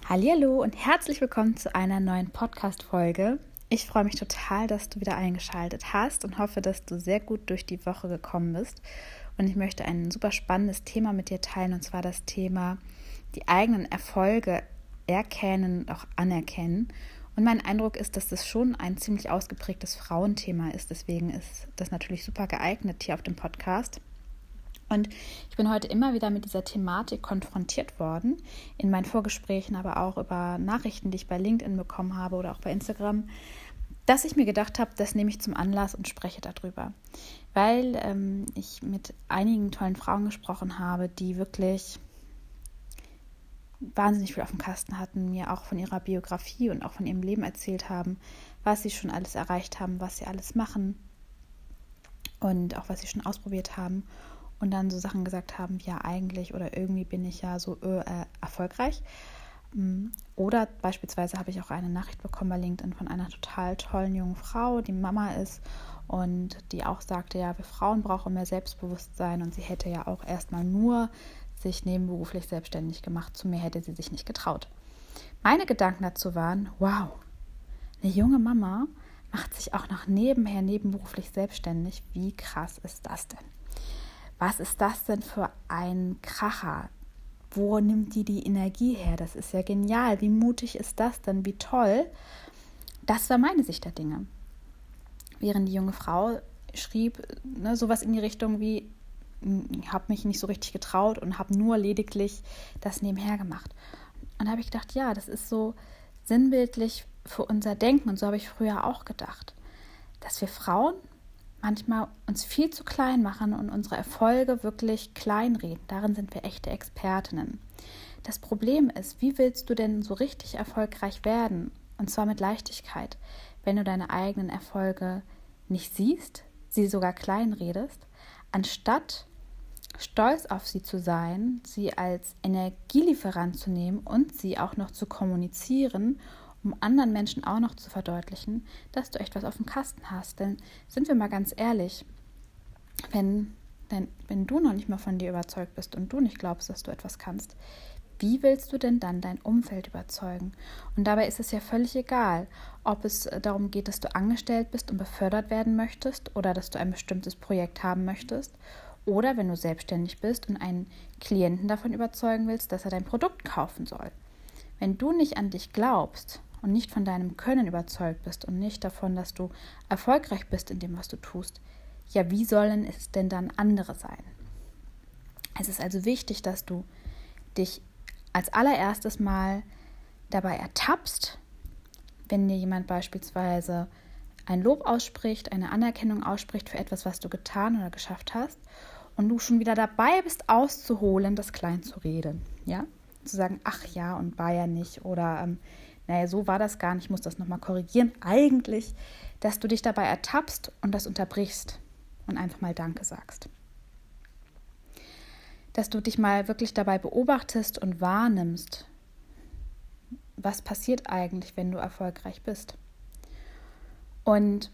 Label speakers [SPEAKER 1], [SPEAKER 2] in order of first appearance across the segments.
[SPEAKER 1] Hallihallo und herzlich willkommen zu einer neuen Podcast-Folge. Ich freue mich total, dass du wieder eingeschaltet hast und hoffe, dass du sehr gut durch die Woche gekommen bist. Und ich möchte ein super spannendes Thema mit dir teilen, und zwar das Thema die eigenen Erfolge erkennen und auch anerkennen. Und mein Eindruck ist, dass das schon ein ziemlich ausgeprägtes Frauenthema ist. Deswegen ist das natürlich super geeignet hier auf dem Podcast. Und ich bin heute immer wieder mit dieser Thematik konfrontiert worden, in meinen Vorgesprächen, aber auch über Nachrichten, die ich bei LinkedIn bekommen habe oder auch bei Instagram, dass ich mir gedacht habe, das nehme ich zum Anlass und spreche darüber. Weil ich mit einigen tollen Frauen gesprochen habe, die wirklich wahnsinnig viel auf dem Kasten hatten, mir auch von ihrer Biografie und auch von ihrem Leben erzählt haben, was sie schon alles erreicht haben, was sie alles machen und auch was sie schon ausprobiert haben. Und dann so Sachen gesagt haben, ja eigentlich oder irgendwie bin ich ja so erfolgreich. Oder beispielsweise habe ich auch eine Nachricht bekommen bei LinkedIn von einer total tollen jungen Frau, die Mama ist und die auch sagte, ja, wir Frauen brauchen mehr Selbstbewusstsein und sie hätte ja auch erstmal nur sich nebenberuflich selbstständig gemacht. Zu mir hätte sie sich nicht getraut. Meine Gedanken dazu waren, wow, eine junge Mama macht sich auch noch nebenberuflich selbstständig. Wie krass ist das denn? Was ist das denn für ein Kracher? Wo nimmt die Energie her? Das ist ja genial. Wie mutig ist das denn? Wie toll. Das war meine Sicht der Dinge. Während die junge Frau schrieb, sowas in die Richtung wie, ich habe mich nicht so richtig getraut und habe nur lediglich das nebenher gemacht. Und da habe ich gedacht, ja, das ist so sinnbildlich für unser Denken. Und so habe ich früher auch gedacht, dass wir Frauen manchmal uns viel zu klein machen und unsere Erfolge wirklich kleinreden. Darin sind wir echte Expertinnen. Das Problem ist, wie willst du denn so richtig erfolgreich werden? Und zwar mit Leichtigkeit, wenn du deine eigenen Erfolge nicht siehst, sie sogar kleinredest, anstatt stolz auf sie zu sein, sie als Energielieferant zu nehmen und sie auch noch zu kommunizieren, um anderen Menschen auch noch zu verdeutlichen, dass du echt was auf dem Kasten hast. Denn sind wir mal ganz ehrlich, wenn du noch nicht mal von dir überzeugt bist und du nicht glaubst, dass du etwas kannst, wie willst du denn dann dein Umfeld überzeugen? Und dabei ist es ja völlig egal, ob es darum geht, dass du angestellt bist und befördert werden möchtest oder dass du ein bestimmtes Projekt haben möchtest oder wenn du selbstständig bist und einen Klienten davon überzeugen willst, dass er dein Produkt kaufen soll. Wenn du nicht an dich glaubst und nicht von deinem Können überzeugt bist und nicht davon, dass du erfolgreich bist in dem, was du tust, ja, wie sollen es denn dann andere sein? Es ist also wichtig, dass du dich als allererstes mal dabei ertappst, wenn dir jemand beispielsweise ein Lob ausspricht, eine Anerkennung ausspricht für etwas, was du getan oder geschafft hast und du schon wieder dabei bist, auszuholen, das klein zu reden, ja? Zu sagen, ach ja, und war ja nicht oder naja, so war das gar nicht, ich muss das nochmal korrigieren. Eigentlich, dass du dich dabei ertappst und das unterbrichst und einfach mal Danke sagst. Dass du dich mal wirklich dabei beobachtest und wahrnimmst, was passiert eigentlich, wenn du erfolgreich bist. Und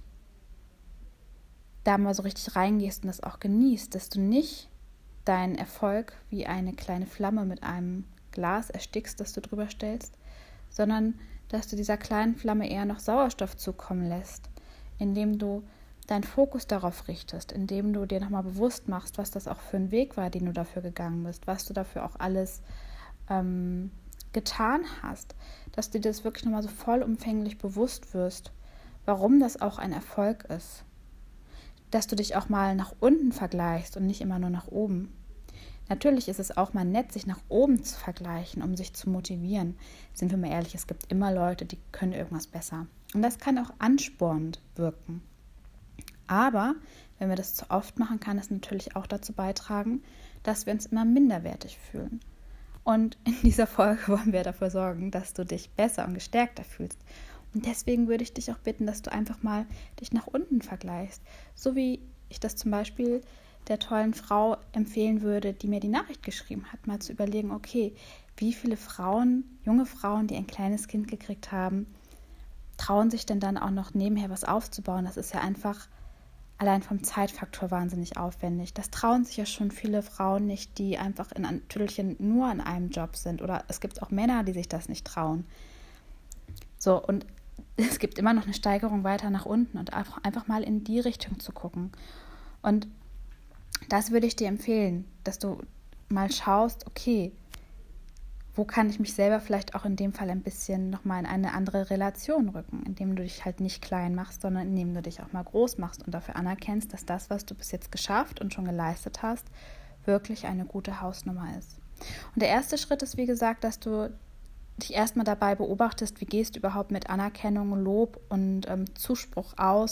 [SPEAKER 1] da mal so richtig reingehst und das auch genießt, dass du nicht deinen Erfolg wie eine kleine Flamme mit einem Glas erstickst, das du drüber stellst, sondern dass du dieser kleinen Flamme eher noch Sauerstoff zukommen lässt, indem du deinen Fokus darauf richtest, indem du dir nochmal bewusst machst, was das auch für ein Weg war, den du dafür gegangen bist, was du dafür auch alles getan hast, dass du dir das wirklich nochmal so vollumfänglich bewusst wirst, warum das auch ein Erfolg ist, dass du dich auch mal nach unten vergleichst und nicht immer nur nach oben. Natürlich ist es auch mal nett, sich nach oben zu vergleichen, um sich zu motivieren. Sind wir mal ehrlich, es gibt immer Leute, die können irgendwas besser. Und das kann auch anspornend wirken. Aber wenn wir das zu oft machen, kann es natürlich auch dazu beitragen, dass wir uns immer minderwertig fühlen. Und in dieser Folge wollen wir dafür sorgen, dass du dich besser und gestärkter fühlst. Und deswegen würde ich dich auch bitten, dass du einfach mal dich nach unten vergleichst. So wie ich das zum Beispiel der tollen Frau empfehlen würde, die mir die Nachricht geschrieben hat, mal zu überlegen, okay, wie viele Frauen, junge Frauen, die ein kleines Kind gekriegt haben, trauen sich denn dann auch noch nebenher was aufzubauen? Das ist ja einfach allein vom Zeitfaktor wahnsinnig aufwendig. Das trauen sich ja schon viele Frauen nicht, die einfach in ein Tüdelchen nur an einem Job sind. Oder es gibt auch Männer, die sich das nicht trauen. So, und es gibt immer noch eine Steigerung weiter nach unten und einfach mal in die Richtung zu gucken. Und das würde ich dir empfehlen, dass du mal schaust, okay, wo kann ich mich selber vielleicht auch in dem Fall ein bisschen nochmal in eine andere Relation rücken, indem du dich halt nicht klein machst, sondern indem du dich auch mal groß machst und dafür anerkennst, dass das, was du bis jetzt geschafft und schon geleistet hast, wirklich eine gute Hausnummer ist. Und der erste Schritt ist, wie gesagt, dass du dich erstmal dabei beobachtest, wie gehst du überhaupt mit Anerkennung, Lob und Zuspruch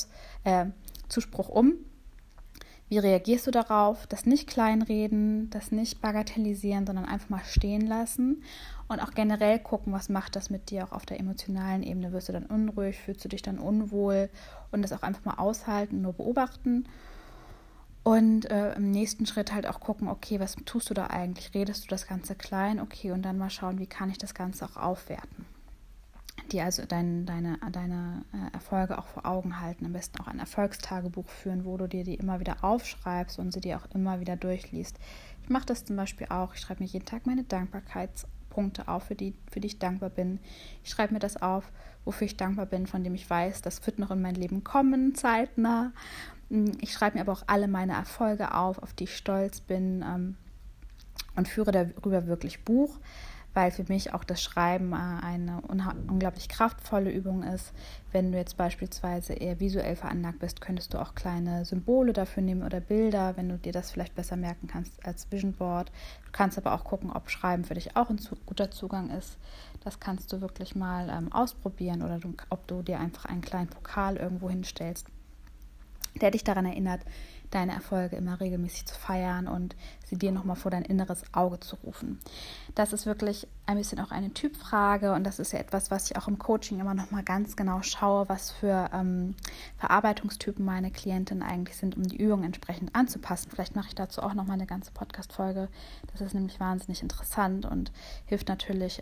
[SPEAKER 1] um. Wie reagierst du darauf? Das nicht kleinreden, das nicht bagatellisieren, sondern einfach mal stehen lassen und auch generell gucken, was macht das mit dir auch auf der emotionalen Ebene. Wirst du dann unruhig, fühlst du dich dann unwohl und das auch einfach mal aushalten, nur beobachten. Und im nächsten Schritt halt auch gucken, okay, was tust du da eigentlich? Redest du das Ganze klein? Okay, und dann mal schauen, wie kann ich das Ganze auch aufwerten? Dir also deine Erfolge auch vor Augen halten, am besten auch ein Erfolgstagebuch führen, wo du dir die immer wieder aufschreibst und sie dir auch immer wieder durchliest. Ich mache das zum Beispiel auch, ich schreibe mir jeden Tag meine Dankbarkeitspunkte auf, für die ich dankbar bin. Ich schreibe mir das auf, wofür ich dankbar bin, von dem ich weiß, das wird noch in mein Leben kommen, zeitnah. Ich schreibe mir aber auch alle meine Erfolge auf die ich stolz bin und führe darüber wirklich Buch, weil für mich auch das Schreiben eine unglaublich kraftvolle Übung ist. Wenn du jetzt beispielsweise eher visuell veranlagt bist, könntest du auch kleine Symbole dafür nehmen oder Bilder, wenn du dir das vielleicht besser merken kannst als Vision Board. Du kannst aber auch gucken, ob Schreiben für dich auch ein guter Zugang ist. Das kannst du wirklich mal ausprobieren oder ob du dir einfach einen kleinen Pokal irgendwo hinstellst, der dich daran erinnert, deine Erfolge immer regelmäßig zu feiern und sie dir nochmal vor dein inneres Auge zu rufen. Das ist wirklich ein bisschen auch eine Typfrage und das ist ja etwas, was ich auch im Coaching immer nochmal ganz genau schaue, was für Verarbeitungstypen meine Klientinnen eigentlich sind, um die Übung entsprechend anzupassen. Vielleicht mache ich dazu auch nochmal eine ganze Podcast-Folge. Das ist nämlich wahnsinnig interessant und hilft natürlich,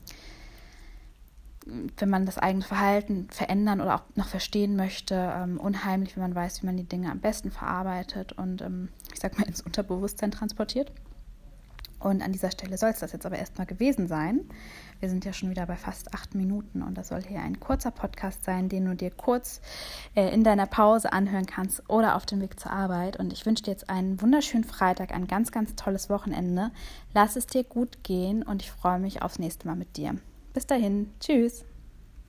[SPEAKER 1] wenn man das eigene Verhalten verändern oder auch noch verstehen möchte, unheimlich, wenn man weiß, wie man die Dinge am besten verarbeitet und ich sag mal ins Unterbewusstsein transportiert. Und an dieser Stelle soll es das jetzt aber erstmal gewesen sein. Wir sind ja schon wieder bei fast 8 Minuten und das soll hier ein kurzer Podcast sein, den du dir kurz in deiner Pause anhören kannst oder auf dem Weg zur Arbeit. Und ich wünsche dir jetzt einen wunderschönen Freitag, ein ganz, ganz tolles Wochenende. Lass es dir gut gehen und ich freue mich aufs nächste Mal mit dir. Bis dahin, tschüss.